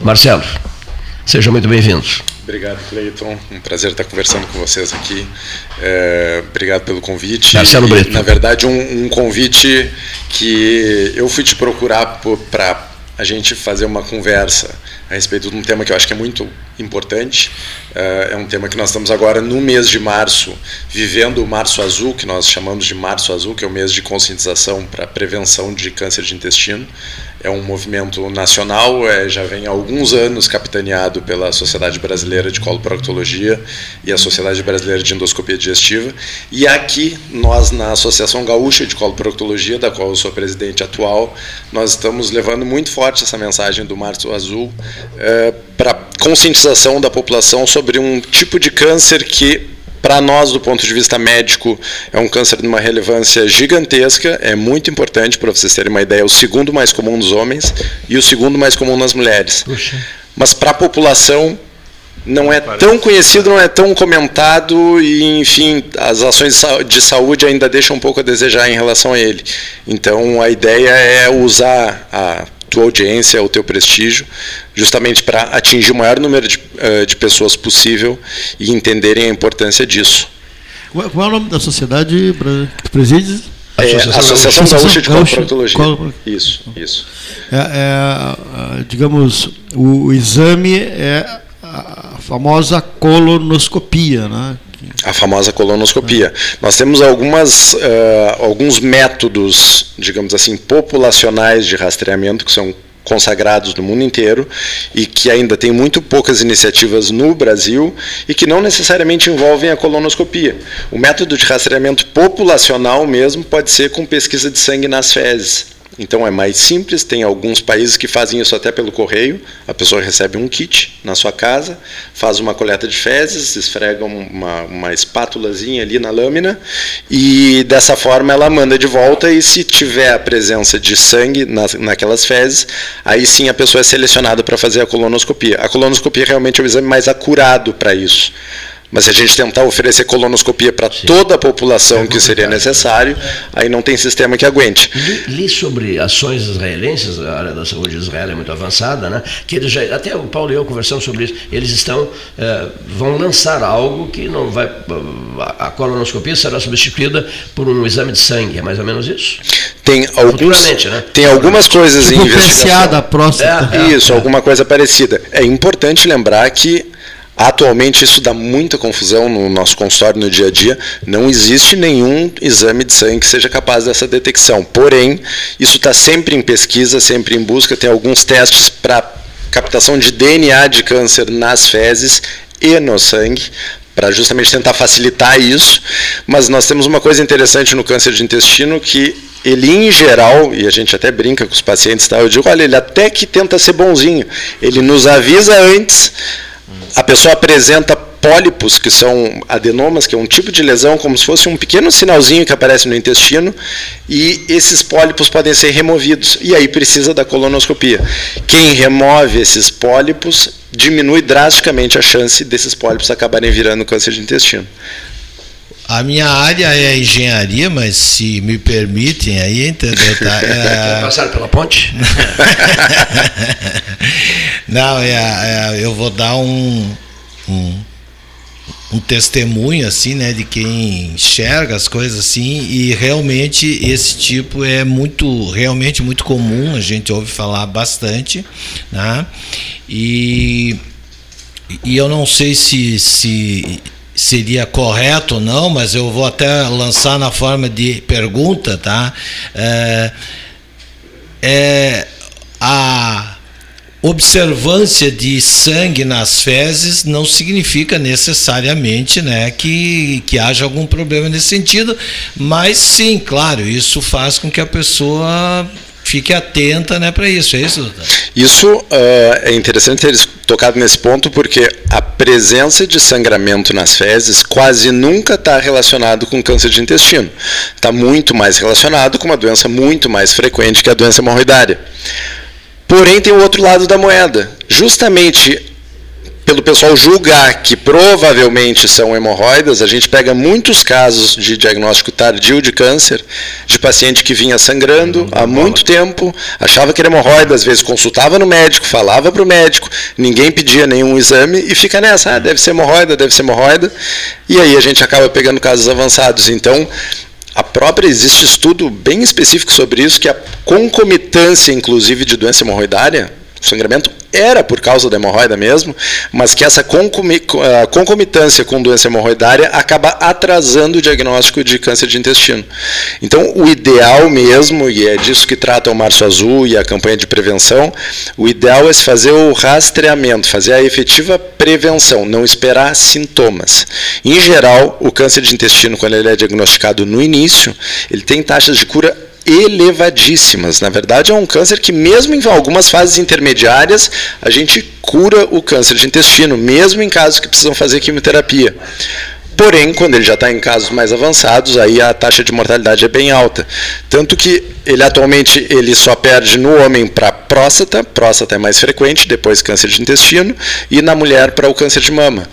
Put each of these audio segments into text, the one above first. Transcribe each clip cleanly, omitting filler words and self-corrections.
Marcelo, sejam muito bem-vindos. Obrigado, Cleiton. Um prazer estar conversando com vocês aqui. Obrigado pelo convite. Marcelo Brito. Na verdade, um convite que eu fui te procurar para a gente fazer uma conversa a respeito de um tema que eu acho que é muito importante. É um tema que nós estamos agora no mês de março, vivendo o Março Azul, que nós chamamos de Março Azul, que é o mês de conscientização para a prevenção de câncer de intestino. É um movimento nacional, já vem há alguns anos capitaneado pela Sociedade Brasileira de Coloproctologia e a Sociedade Brasileira de Endoscopia Digestiva. E aqui, nós, na Associação Gaúcha de Coloproctologia, da qual eu sou presidente atual, nós estamos levando muito forte essa mensagem do Março Azul para conscientização da população sobre um tipo de câncer que, para nós, do ponto de vista médico, é um câncer de uma relevância gigantesca, é muito importante, para vocês terem uma ideia, é o segundo mais comum nos homens e o segundo mais comum nas mulheres. Puxa. Mas para a população não é tão conhecido, não é tão comentado e, enfim, as ações de saúde ainda deixam um pouco a desejar em relação a ele. Então, a ideia é usar a tua audiência, o teu prestígio, justamente para atingir o maior número de pessoas possível e entenderem a importância disso. Qual é o nome da sociedade que preside? Associação Gaúcha de Coloproctologia. Isso. Digamos, o exame é a famosa colonoscopia, né? A famosa colonoscopia. Nós temos alguns métodos, digamos assim, populacionais de rastreamento que são consagrados no mundo inteiro e que ainda tem muito poucas iniciativas no Brasil e que não necessariamente envolvem a colonoscopia. O método de rastreamento populacional mesmo pode ser com pesquisa de sangue nas fezes. Então é mais simples, tem alguns países que fazem isso até pelo correio, a pessoa recebe um kit na sua casa, faz uma coleta de fezes, esfrega uma espátulazinha ali na lâmina e dessa forma ela manda de volta e se tiver a presença de sangue naquelas fezes, aí sim a pessoa é selecionada para fazer a colonoscopia. A colonoscopia realmente é o exame mais acurado para isso. Mas se a gente tentar oferecer colonoscopia para toda a população que seria necessário, aí não tem sistema que aguente. Li sobre ações israelenses, a área da saúde de Israel é muito avançada, né? Que eles já, até o Paulo e eu conversamos sobre isso, eles vão lançar algo que não vai, a colonoscopia será substituída por um exame de sangue, é mais ou menos isso? Tem algumas coisas em investigação. A próstata. Isso, alguma coisa parecida. É importante lembrar que atualmente isso dá muita confusão no nosso consultório no dia a dia, não existe nenhum exame de sangue que seja capaz dessa detecção, porém, isso está sempre em pesquisa, sempre em busca, tem alguns testes para captação de DNA de câncer nas fezes e no sangue, para justamente tentar facilitar isso, mas nós temos uma coisa interessante no câncer de intestino que ele, em geral, e a gente até brinca com os pacientes, tá? Eu digo, olha, ele até que tenta ser bonzinho, ele nos avisa antes. A pessoa apresenta pólipos, que são adenomas, que é um tipo de lesão, como se fosse um pequeno sinalzinho que aparece no intestino, e esses pólipos podem ser removidos, e aí precisa da colonoscopia. Quem remove esses pólipos diminui drasticamente a chance desses pólipos acabarem virando câncer de intestino. A minha área é a engenharia, mas se me permitem aí, entendeu? Tá? Passar pela ponte? Não, eu vou dar um testemunho assim, né, de quem enxerga as coisas assim, e realmente esse tipo é realmente muito comum, a gente ouve falar bastante, né? E eu não sei se seria correto ou não, mas eu vou até lançar na forma de pergunta, tá? A observância de sangue nas fezes não significa necessariamente, né, que haja algum problema nesse sentido, mas sim, claro, isso faz com que a pessoa fique atenta, né, para isso, é isso, doutor? Isso é interessante ter tocado nesse ponto, porque a presença de sangramento nas fezes quase nunca está relacionado com câncer de intestino. Está muito mais relacionado com uma doença muito mais frequente, que é a doença hemorroidária. Porém, tem o outro lado da moeda. Justamente pelo pessoal julgar que provavelmente são hemorroidas, a gente pega muitos casos de diagnóstico tardio de câncer, de paciente que vinha sangrando há muito tempo, achava que era hemorroida, às vezes consultava no médico, falava para o médico, ninguém pedia nenhum exame e fica nessa, deve ser hemorroida, e aí a gente acaba pegando casos avançados. Então, existe estudo bem específico sobre isso, que a concomitância, inclusive, de doença hemorroidária, o sangramento era por causa da hemorroida mesmo, mas que essa concomitância com doença hemorroidária acaba atrasando o diagnóstico de câncer de intestino. Então, o ideal mesmo, e é disso que trata o Março Azul e a campanha de prevenção, o ideal é se fazer o rastreamento, fazer a efetiva prevenção, não esperar sintomas. Em geral, o câncer de intestino, quando ele é diagnosticado no início, ele tem taxas de cura elevadíssimas. Na verdade, é um câncer que, mesmo em algumas fases intermediárias, a gente cura o câncer de intestino, mesmo em casos que precisam fazer quimioterapia. Porém, quando ele já está em casos mais avançados, aí a taxa de mortalidade é bem alta. Tanto que ele atualmente só perde no homem para próstata é mais frequente, depois câncer de intestino, e na mulher para o câncer de mama.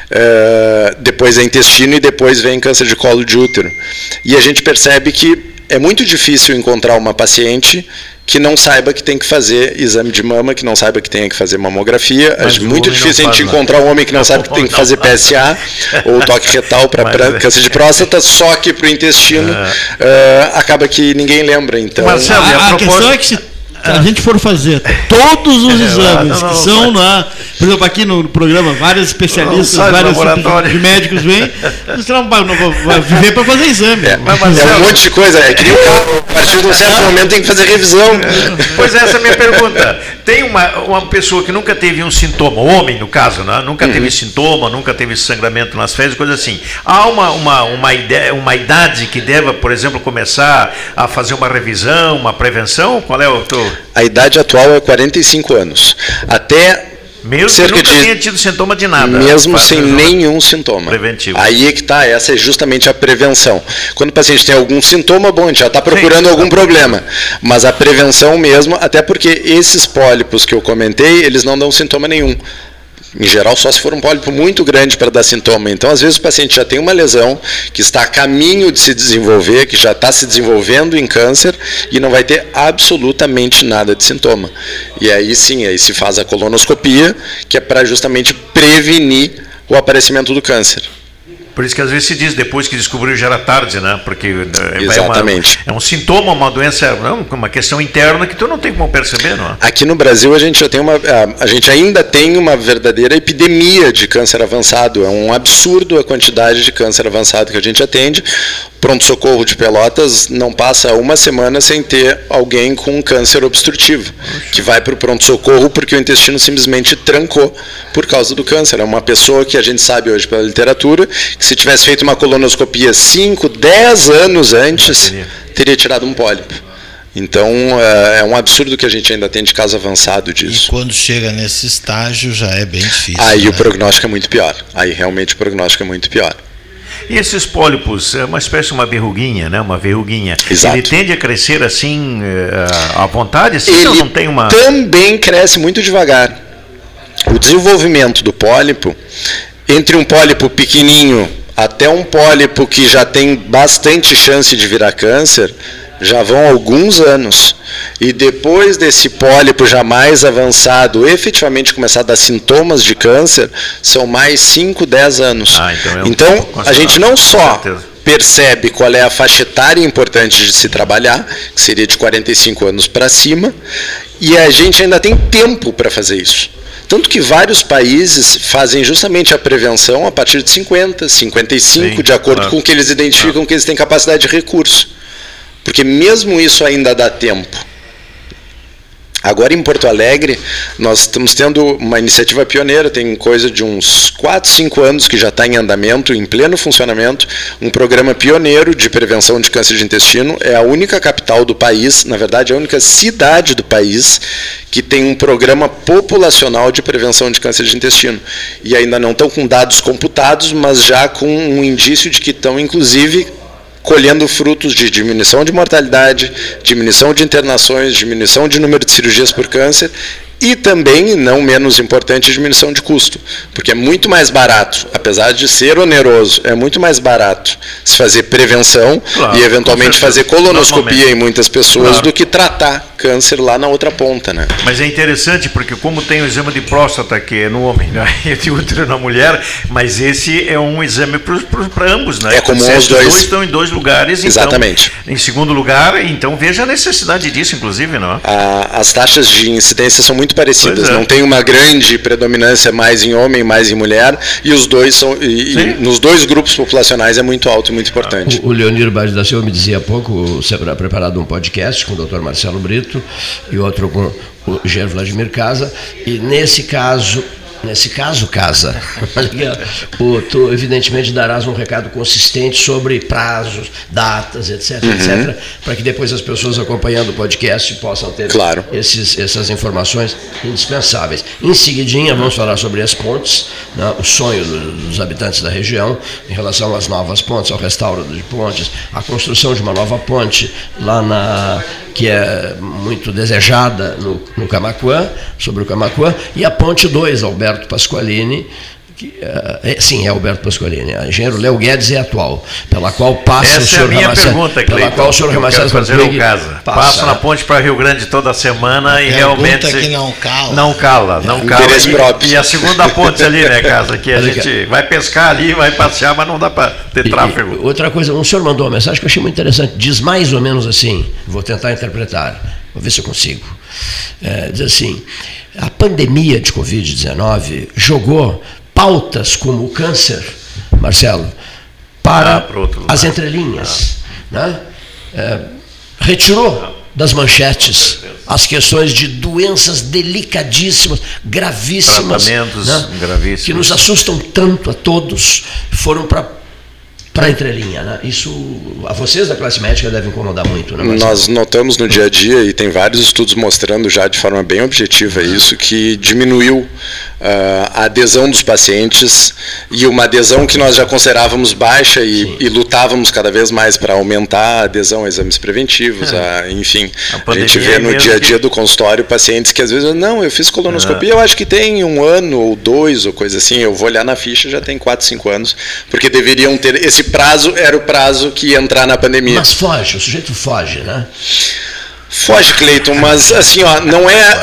Depois é intestino e depois vem câncer de colo de útero. E a gente percebe que é muito difícil encontrar uma paciente que não saiba que tem que fazer exame de mama, que não saiba que tem que fazer mamografia. É muito difícil a gente encontrar um homem que não sabe que tem que fazer PSA ou toque retal para câncer de próstata, só que para o intestino acaba que ninguém lembra. Então, Marcelo, a questão é que se a gente for fazer todos os exames que são por exemplo, aqui no programa, vários especialistas, vários tipos de médicos vêm, você não vai viver para fazer exame. É um monte de coisa. É que nem o carro, a partir de um certo momento tem que fazer revisão. Pois essa é a minha pergunta. Tem uma pessoa que nunca teve um sintoma, homem no caso, né? Nunca teve sintoma, nunca teve sangramento nas fezes, coisa assim. Há uma idade que deva, por exemplo, começar a fazer uma revisão, uma prevenção? Qual é o teu... A idade atual é 45 anos. Até mesmo que nunca tenha tido sintoma de nada. Mesmo sem nenhum sintoma. Preventivo. Aí é que está, essa é justamente a prevenção. Quando o paciente tem algum sintoma, bom, a gente já está procurando algum problema. Mas a prevenção mesmo, até porque esses pólipos que eu comentei, eles não dão sintoma nenhum. Em geral, só se for um pólipo muito grande para dar sintoma. Então, às vezes, o paciente já tem uma lesão que está a caminho de se desenvolver, que já está se desenvolvendo em câncer e não vai ter absolutamente nada de sintoma. E aí sim, aí se faz a colonoscopia, que é para justamente prevenir o aparecimento do câncer. Por isso que às vezes se diz, depois que descobriu já era tarde, né? Porque exatamente. É um sintoma, uma doença, uma questão interna que tu não tem como perceber, não é? Aqui no Brasil a gente já tem a gente ainda tem uma verdadeira epidemia de câncer avançado. É um absurdo a quantidade de câncer avançado que a gente atende. Pronto-socorro de Pelotas não passa uma semana sem ter alguém com câncer obstrutivo, que vai para o pronto-socorro porque o intestino simplesmente trancou por causa do câncer. É uma pessoa que a gente sabe hoje pela literatura, que se tivesse feito uma colonoscopia 5, 10 anos antes, teria tirado um pólipo. Então, é um absurdo que a gente ainda tem de caso avançado disso. E quando chega nesse estágio já é bem difícil. Aí o prognóstico é muito pior. Aí realmente o prognóstico é muito pior. E esses pólipos, é uma espécie de uma verruguinha, né? Uma verruguinha. Exato. Ele tende a crescer assim, à vontade? Assim, ele não tem uma... também cresce muito devagar. O desenvolvimento do pólipo, entre um pólipo pequenininho até um pólipo que já tem bastante chance de virar câncer, já vão alguns anos. E depois desse pólipo já mais avançado, efetivamente começar a dar sintomas de câncer, são mais 5, 10 anos. Então a gente não só percebe qual é a faixa etária importante de se trabalhar, que seria de 45 anos para cima, e a gente ainda tem tempo para fazer isso. Tanto que vários países fazem justamente a prevenção a partir de 50, 55, sim, de acordo com o que eles identificam que eles têm capacidade de recurso. Porque mesmo isso ainda dá tempo. Agora em Porto Alegre, nós estamos tendo uma iniciativa pioneira, tem coisa de uns 4, 5 anos que já está em andamento, em pleno funcionamento, um programa pioneiro de prevenção de câncer de intestino. É a única capital do país, na verdade, a única cidade do país que tem um programa populacional de prevenção de câncer de intestino. E ainda não estão com dados computados, mas já com um indício de que estão, inclusive, colhendo frutos de diminuição de mortalidade, diminuição de internações, diminuição de número de cirurgias por câncer E também, não menos importante, a diminuição de custo, porque é muito mais barato, apesar de ser oneroso, é muito mais barato se fazer prevenção e eventualmente fazer colonoscopia em muitas pessoas do que tratar câncer lá na outra ponta, né? Mas é interessante porque como tem o exame de próstata que é no homem, né? E de útero na mulher, mas esse é um exame para ambos, né? É comum os dois. Os dois estão em 2 lugares. Exatamente. Então, em segundo lugar, então veja a necessidade disso, inclusive, não? As taxas de incidência são muito parecidas, não tem uma grande predominância mais em homem, mais em mulher, e os dois são, nos 2 grupos populacionais é muito alto e muito importante. O Leonir Bade da Silva me dizia há pouco, preparado um podcast com o Dr. Marcelo Brito e outro com o Jean Vladimir Casa, e nesse caso, Casa, tu evidentemente darás um recado consistente sobre prazos, datas, etc, etc, para que depois as pessoas acompanhando o podcast possam ter essas informações indispensáveis. Em seguidinha, vamos falar sobre as pontes, né, o sonho dos habitantes da região em relação às novas pontes, ao restauro de pontes, a construção de uma nova ponte lá que é muito desejada no Camaquã, sobre o Camaquã, e a ponte 2, Alberto Pasqualini, sim, é Alberto Pasqualini, a engenheiro Léo Guedes é atual, pela qual passa o senhor pergunta, pela qual o senhor Ramacés passa na ponte para Rio Grande toda semana e realmente que não cala. Não cala. E a segunda ponte ali, né, Casa, que a gente vai pescar ali, vai passear, mas não dá para ter tráfego. Outra coisa, um senhor mandou uma mensagem que eu achei muito interessante, diz mais ou menos assim, vou tentar interpretar, vou ver se eu consigo. Diz assim, a pandemia de Covid-19 jogou pautas como o câncer, Marcelo, para as entrelinhas, né? Retirou das manchetes as questões de doenças delicadíssimas, gravíssimas, tratamentos gravíssimos, que nos assustam tanto a todos, foram para a entrelinha, né? Isso a vocês da classe médica deve incomodar muito, né, Marcelo? Nós notamos no dia a dia, e tem vários estudos mostrando já de forma bem objetiva isso, que diminuiu a adesão dos pacientes, e uma adesão que nós já considerávamos baixa e lutávamos cada vez mais para aumentar a adesão a exames preventivos, enfim, a gente vê no dia a dia do consultório pacientes que às vezes, não, eu fiz colonoscopia, eu acho que tem 1 ano ou 2 ou coisa assim, eu vou olhar na ficha, já tem 4, 5 anos, porque deveriam ter, esse prazo era o prazo que ia entrar na pandemia. Mas foge, o sujeito foge, né? Foge, Cleiton, mas assim, ó, não é.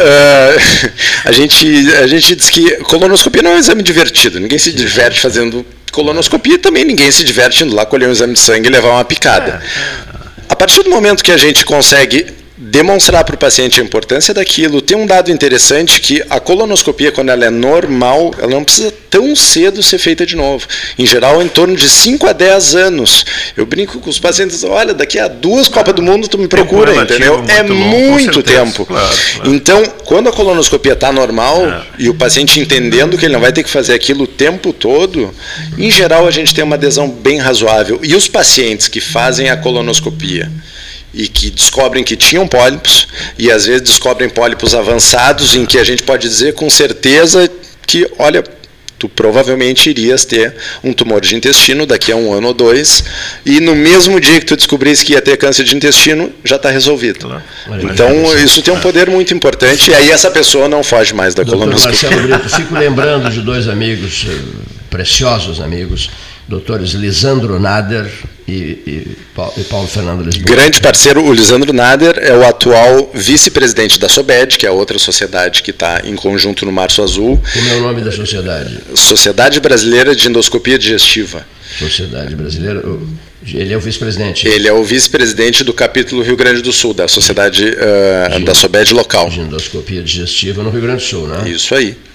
A gente diz que colonoscopia não é um exame divertido, ninguém se diverte fazendo colonoscopia, também ninguém se diverte indo lá colher um exame de sangue e levar uma picada. A partir do momento que a gente consegue demonstrar para o paciente a importância daquilo, tem um dado interessante que a colonoscopia, quando ela é normal, ela não precisa tão cedo ser feita de novo. Em geral, em torno de 5 a 10 anos. Eu brinco com os pacientes, olha, daqui a 2 Copas do Mundo tu me procura, entendeu? É muito tempo. Claro. Então, quando a colonoscopia está normal e o paciente entendendo que ele não vai ter que fazer aquilo o tempo todo, em geral a gente tem uma adesão bem razoável. E os pacientes que fazem a colonoscopia e que descobrem que tinham pólipos, e às vezes descobrem pólipos avançados, em que a gente pode dizer com certeza que, olha, tu provavelmente irias ter um tumor de intestino daqui a 1 ano ou 2, e no mesmo dia que tu descobrisse que ia ter câncer de intestino, já está resolvido. Então, isso tem um poder muito importante, e aí essa pessoa não foge mais da colonoscopia. Marcelo Brito, fico lembrando de 2 amigos, preciosos amigos, doutores Lisandro Nader e Paulo Fernando Lisboa. Grande parceiro, o Lisandro Nader é o atual vice-presidente da SOBED, que é a outra sociedade que está em conjunto no Março Azul. Como é o nome da sociedade? Sociedade Brasileira de Endoscopia Digestiva. Sociedade Brasileira, ele é o vice-presidente? Ele é o vice-presidente do capítulo Rio Grande do Sul, da sociedade da SOBED local. De endoscopia digestiva no Rio Grande do Sul, né? Isso aí.